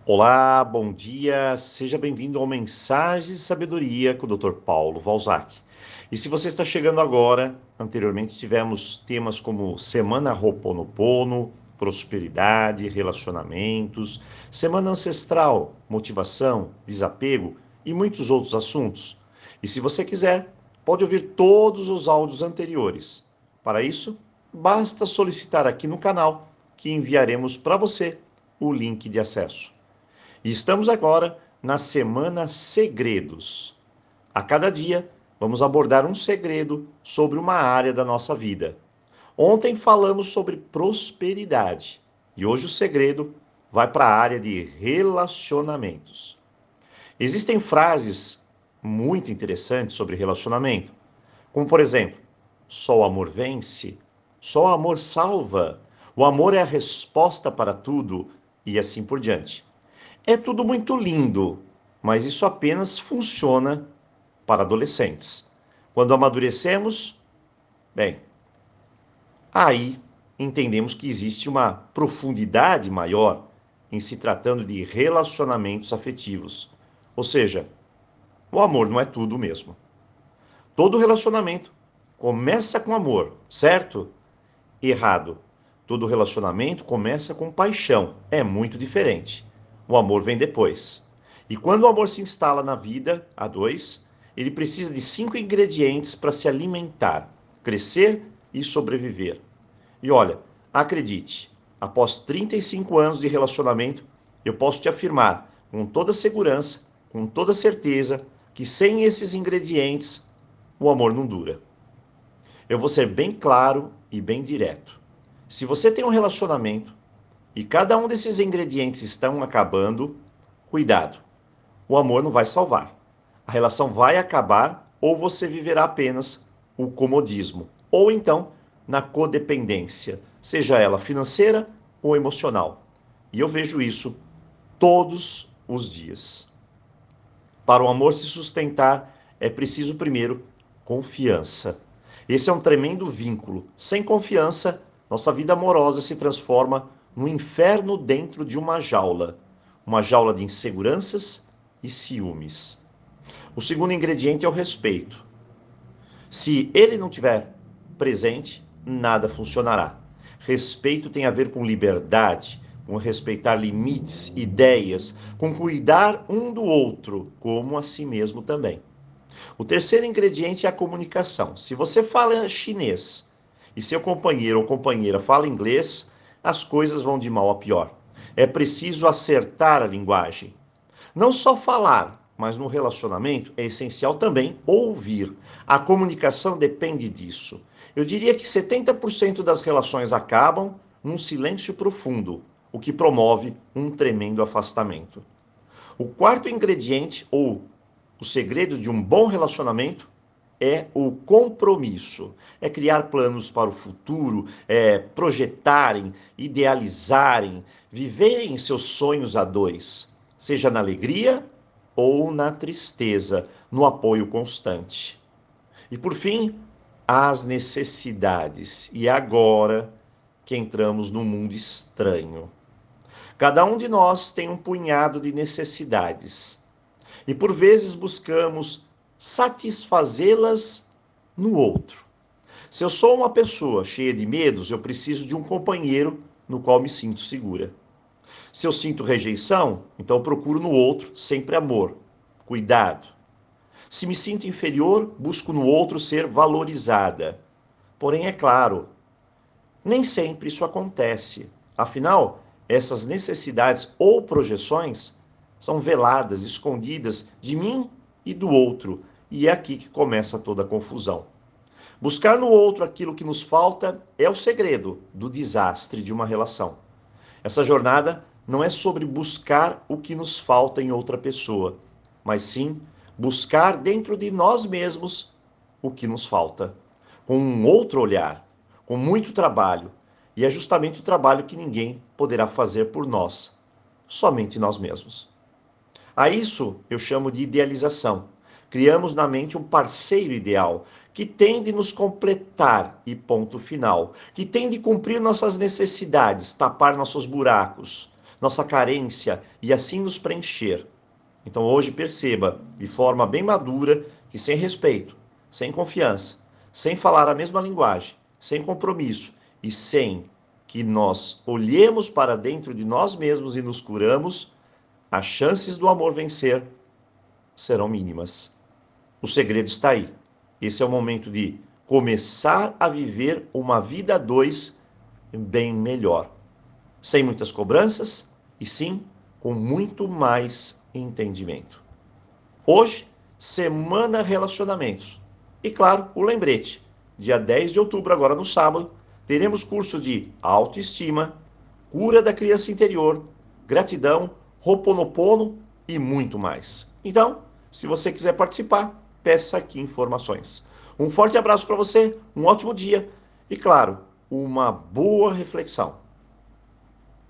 Olá, bom dia, seja bem-vindo ao Mensagens de Sabedoria com o Dr. Paulo Valzac. E se você está chegando agora, anteriormente tivemos temas como Semana Ho'oponopono, prosperidade, relacionamentos, Semana Ancestral, motivação, desapego e muitos outros assuntos. E se você quiser, pode ouvir todos os áudios anteriores. Para isso, basta solicitar aqui no canal que enviaremos para você o link de acesso. E estamos agora na semana Segredos. A cada dia, vamos abordar um segredo sobre uma área da nossa vida. Ontem falamos sobre prosperidade e hoje o segredo vai para a área de relacionamentos. Existem frases muito interessantes sobre relacionamento, como por exemplo, só o amor vence, só o amor salva, o amor é a resposta para tudo e assim por diante. É tudo muito lindo, mas isso apenas funciona para adolescentes. Quando amadurecemos, bem, aí entendemos que existe uma profundidade maior em se tratando de relacionamentos afetivos. Ou seja, o amor não é tudo mesmo. Todo relacionamento começa com amor, certo? Errado. Todo relacionamento começa com paixão. É muito diferente. O amor vem depois. E quando o amor se instala na vida, a dois, ele precisa de 5 ingredientes para se alimentar, crescer e sobreviver. E olha, acredite, após 35 anos de relacionamento, eu posso te afirmar com toda segurança, com toda certeza, que sem esses ingredientes, o amor não dura. Eu vou ser bem claro e bem direto. Se você tem um relacionamento e cada um desses ingredientes estão acabando, cuidado. O amor não vai salvar. A relação vai acabar ou você viverá apenas o comodismo, ou então na codependência, seja ela financeira ou emocional. E eu vejo isso todos os dias. Para o amor se sustentar, é preciso primeiro confiança. Esse é um tremendo vínculo. Sem confiança, nossa vida amorosa se transforma num inferno dentro de uma jaula de inseguranças e ciúmes. O segundo ingrediente é o respeito. Se ele não tiver presente, nada funcionará. Respeito tem a ver com liberdade, com respeitar limites, ideias, com cuidar um do outro, como a si mesmo também. O terceiro ingrediente é a comunicação. Se você fala chinês e seu companheiro ou companheira fala inglês, as coisas vão de mal a pior. É preciso acertar a linguagem. Não só falar, mas no relacionamento é essencial também ouvir. A comunicação depende disso. Eu diria que 70% das relações acabam num silêncio profundo, o que promove um tremendo afastamento. O quarto ingrediente, ou o segredo de um bom relacionamento, é o compromisso. É criar planos para o futuro, é projetarem, idealizarem, viverem seus sonhos a dois, seja na alegria ou na tristeza, no apoio constante. E por fim, as necessidades. E agora que entramos num mundo estranho. Cada um de nós tem um punhado de necessidades. E por vezes buscamos satisfazê-las no outro. Se eu sou uma pessoa cheia de medos, eu preciso de um companheiro no qual me sinto segura. Se eu sinto rejeição, então eu procuro no outro sempre amor, cuidado. Se me sinto inferior, busco no outro ser valorizada. Porém, é claro, nem sempre isso acontece. Afinal, essas necessidades ou projeções são veladas, escondidas de mim e do outro. E é aqui que começa toda a confusão. Buscar no outro aquilo que nos falta é o segredo do desastre de uma relação. Essa jornada não é sobre buscar o que nos falta em outra pessoa, mas sim buscar dentro de nós mesmos o que nos falta, com um outro olhar, com muito trabalho. E é justamente o trabalho que ninguém poderá fazer por nós, somente nós mesmos. A isso eu chamo de idealização. Criamos na mente um parceiro ideal que tem de nos completar e ponto final, que tem de cumprir nossas necessidades, tapar nossos buracos, nossa carência e assim nos preencher. Então hoje perceba, de forma bem madura, que sem respeito, sem confiança, sem falar a mesma linguagem, sem compromisso e sem que nós olhemos para dentro de nós mesmos e nos curamos, as chances do amor vencer serão mínimas. O segredo está aí. Esse é o momento de começar a viver uma vida a dois bem melhor. Sem muitas cobranças e sim com muito mais entendimento. Hoje, Semana Relacionamentos. E claro, o lembrete. Dia 10 de outubro, agora no sábado, teremos curso de autoestima, cura da criança interior, gratidão, Ho'oponopono e muito mais. Então, se você quiser participar, peça aqui informações. Um forte abraço para você, um ótimo dia e, claro, uma boa reflexão.